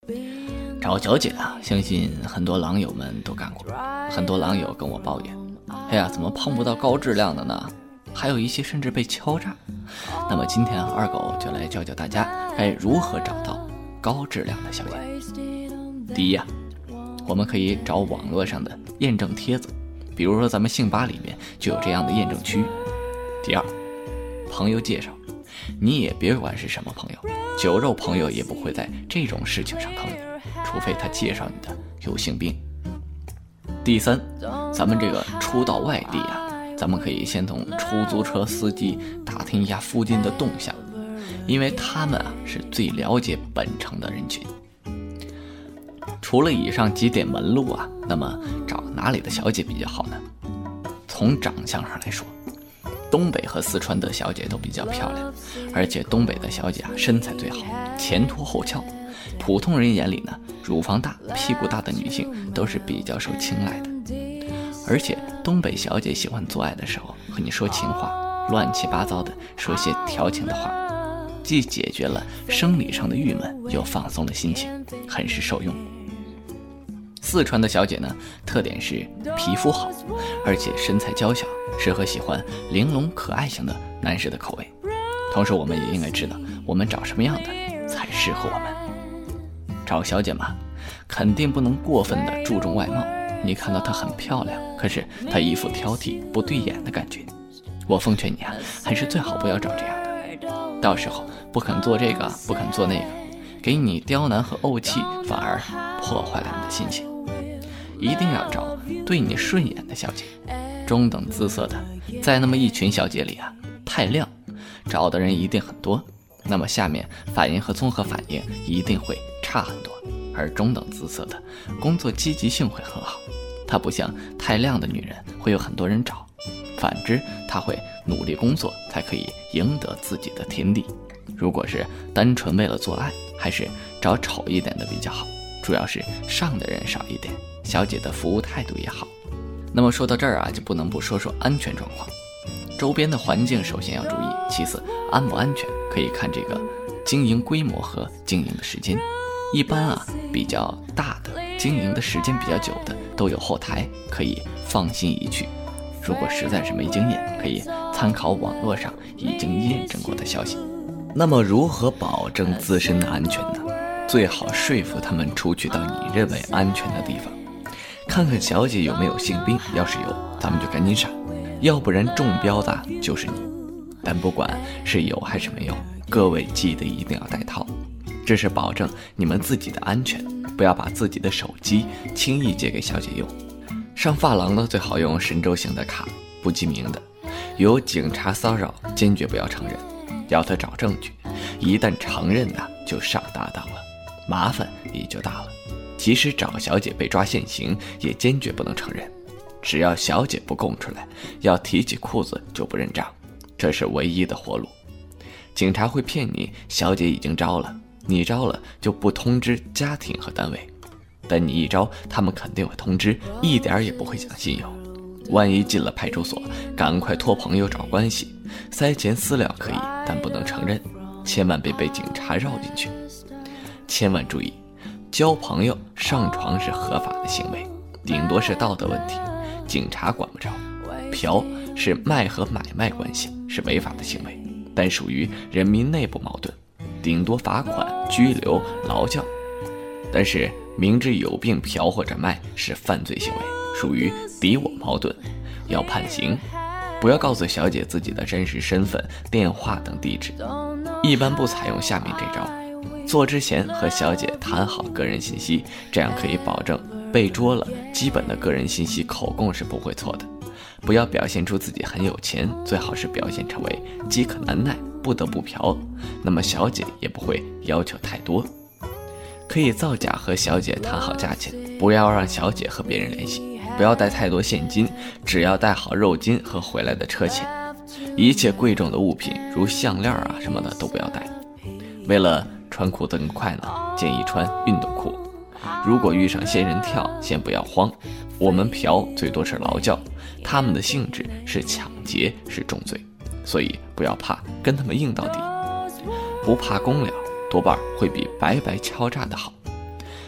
找小姐啊，相信很多狼友们都干过。很多狼友跟我抱怨，哎呀，怎么碰不到高质量的呢？还有一些甚至被敲诈。那么今天二狗就来教教大家该如何找到高质量的小姐。第一啊，我们可以找网络上的验证帖子，比如说咱们信吧里面就有这样的验证区。第二，朋友介绍，你也别管是什么朋友，酒肉朋友也不会在这种事情上坑你，除非他介绍你的有性病。第三，咱们这个初到外地啊，咱们可以先从出租车司机打听一下附近的动向，因为他们啊是最了解本城的人群。除了以上几点门路啊，那么找哪里的小姐比较好呢？从长相上来说，东北和四川的小姐都比较漂亮，而且东北的小姐啊身材最好，前凸后翘，普通人眼里呢，乳房大屁股大的女性都是比较受青睐的。而且东北小姐喜欢做爱的时候和你说情话，乱七八糟的说些调情的话，既解决了生理上的郁闷，又放松了心情，很是受用。四川的小姐呢，特点是皮肤好，而且身材娇小，适合喜欢玲珑可爱型的男士的口味。同时我们也应该知道，我们找什么样的才适合我们。找小姐嘛，肯定不能过分的注重外貌，你看到她很漂亮，可是她一副挑剔不对眼的感觉，我奉劝你啊，还是最好不要找这样的，到时候不肯做这个不肯做那个，给你刁难和怄气，反而破坏了你的心情。一定要找对你顺眼的小姐，中等姿色的，在那么一群小姐里啊，太亮，找的人一定很多，那么下面反应和综合反应一定会差很多。而中等姿色的，工作积极性会很好，她不像太亮的女人会有很多人找，反之她会努力工作才可以赢得自己的天地。如果是单纯为了做爱，还是找丑一点的比较好，主要是上的人少一点，小姐的服务态度也好。那么说到这儿啊，就不能不说说安全状况。周边的环境首先要注意，其次安不安全可以看这个经营规模和经营的时间。一般啊，比较大的经营的时间比较久的都有后台，可以放心一去。如果实在是没经验，可以参考网络上已经验证过的消息。那么如何保证自身的安全呢？最好说服他们出去到你认为安全的地方，看看小姐有没有性病，要是有，咱们就赶紧闪，要不然中标的就是你。但不管是有还是没有，各位记得一定要带套，这是保证你们自己的安全，不要把自己的手机轻易借给小姐用。上发廊的最好用神州型的卡，不记名的，有警察骚扰坚决不要承认，要他找证据，一旦承认就上大当了，麻烦也就大了。即使找小姐被抓现行，也坚决不能承认，只要小姐不供出来，要提起裤子就不认账，这是唯一的活路。警察会骗你小姐已经招了，你招了就不通知家庭和单位，但你一招他们肯定会通知，一点也不会讲信用。万一进了派出所，赶快托朋友找关系，塞钱私了可以，但不能承认，千万别被警察绕进去。千万注意，交朋友上床是合法的行为，顶多是道德问题，警察管不着。嫖是卖和买卖关系，是违法的行为，但属于人民内部矛盾，顶多罚款、拘留、劳教。但是明知有病嫖或者卖是犯罪行为，属于敌我矛盾，要判刑。不要告诉小姐自己的真实身份、电话等地址，一般不采用下面这招。做之前和小姐谈好个人信息，这样可以保证被捉了基本的个人信息口供是不会错的。不要表现出自己很有钱，最好是表现成为饥渴难耐不得不嫖，那么小姐也不会要求太多。可以造假和小姐谈好价钱，不要让小姐和别人联系，不要带太多现金，只要带好肉金和回来的车钱。一切贵重的物品如项链什么的都不要带。为了穿裤子更快呢，建议穿运动裤。如果遇上仙人跳，先不要慌，我们嫖最多是劳教，他们的性质是抢劫，是重罪，所以不要怕，跟他们硬到底。不怕公了，多半会比白白敲诈的好。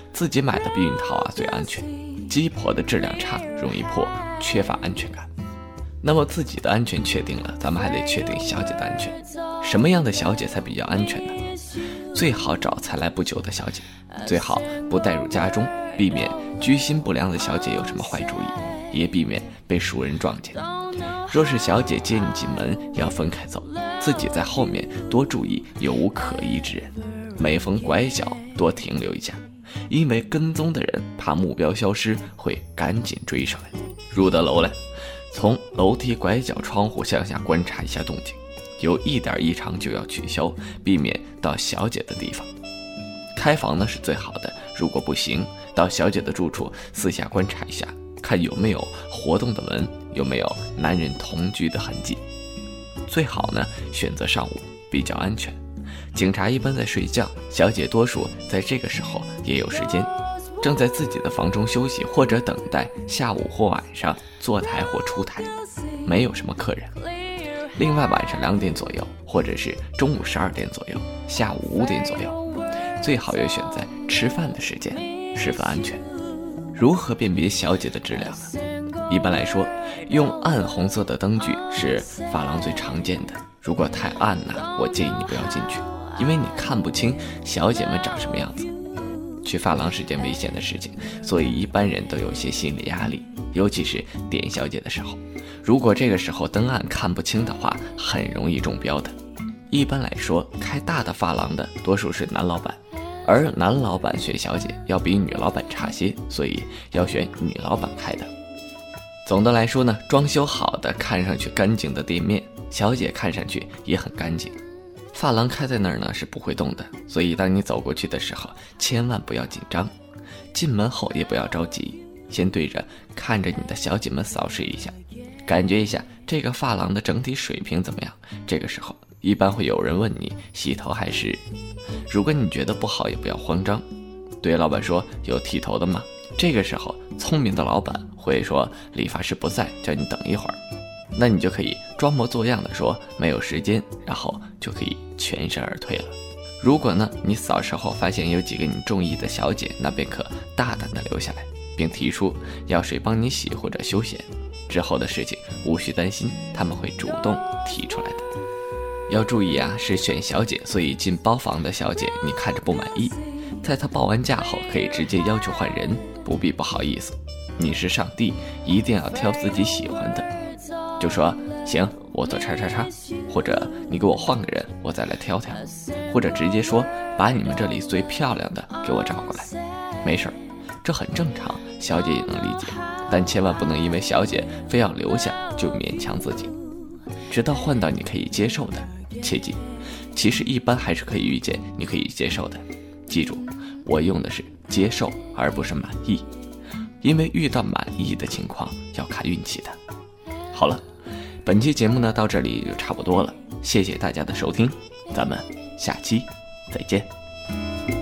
自己买的避孕套最安全，鸡婆的质量差，容易破，缺乏安全感。那么自己的安全确定了，咱们还得确定小姐的安全。什么样的小姐才比较安全呢？最好找才来不久的小姐，最好不带入家中，避免居心不良的小姐有什么坏主意，也避免被熟人撞见。若是小姐接你进门，要分开走，自己在后面多注意有无可疑之人，每逢拐角多停留一下，因为跟踪的人怕目标消失，会赶紧追上来。入得楼来，从楼梯拐角窗户向下观察一下动静，有一点异常就要取消，避免到小姐的地方。开房呢是最好的，如果不行，到小姐的住处私下观察一下，看有没有活动的门，有没有男人同居的痕迹。最好呢选择上午，比较安全。警察一般在睡觉，小姐多数在这个时候也有时间，正在自己的房中休息，或者等待下午或晚上坐台或出台，没有什么客人。另外晚上2点左右，或者是中午12点左右，下午5点左右，最好要选在吃饭的时间，十分安全。如何辨别小姐的质量呢？一般来说，用暗红色的灯具是发廊最常见的。如果太暗呢，我建议你不要进去，因为你看不清小姐们长什么样子。去发廊是件危险的事情，所以一般人都有些心理压力，尤其是点小姐的时候。如果这个时候灯暗看不清的话，很容易中标的。一般来说，开大的发廊的多数是男老板，而男老板选小姐要比女老板差些，所以要选女老板开的。总的来说呢，装修好的看上去干净的店面，小姐看上去也很干净。发廊开在那儿呢是不会动的，所以当你走过去的时候，千万不要紧张。进门后也不要着急，先对着看着你的小姐们扫视一下，感觉一下这个发廊的整体水平怎么样。这个时候一般会有人问你洗头还是，如果你觉得不好也不要慌张，对老板说有剃头的吗？这个时候聪明的老板会说理发师不在，叫你等一会儿，那你就可以装模作样的说没有时间，然后就可以全身而退了。如果呢你扫视后发现有几个你中意的小姐，那便可大胆的留下来，并提出要谁帮你洗或者休闲，之后的事情无需担心，他们会主动提出来的。要注意啊，是选小姐，所以进包房的小姐你看着不满意，在她报完价后可以直接要求换人，不必不好意思。你是上帝，一定要挑自己喜欢的，就说行，我做叉叉叉，或者你给我换个人，我再来挑挑，或者直接说把你们这里最漂亮的给我找过来。没事儿，这很正常，小姐也能理解，但千万不能因为小姐非要留下就勉强自己，直到换到你可以接受的。切记，其实一般还是可以遇见你可以接受的，记住，我用的是接受而不是满意，因为遇到满意的情况要看运气的。好了，本期节目呢到这里就差不多了，谢谢大家的收听，咱们下期再见。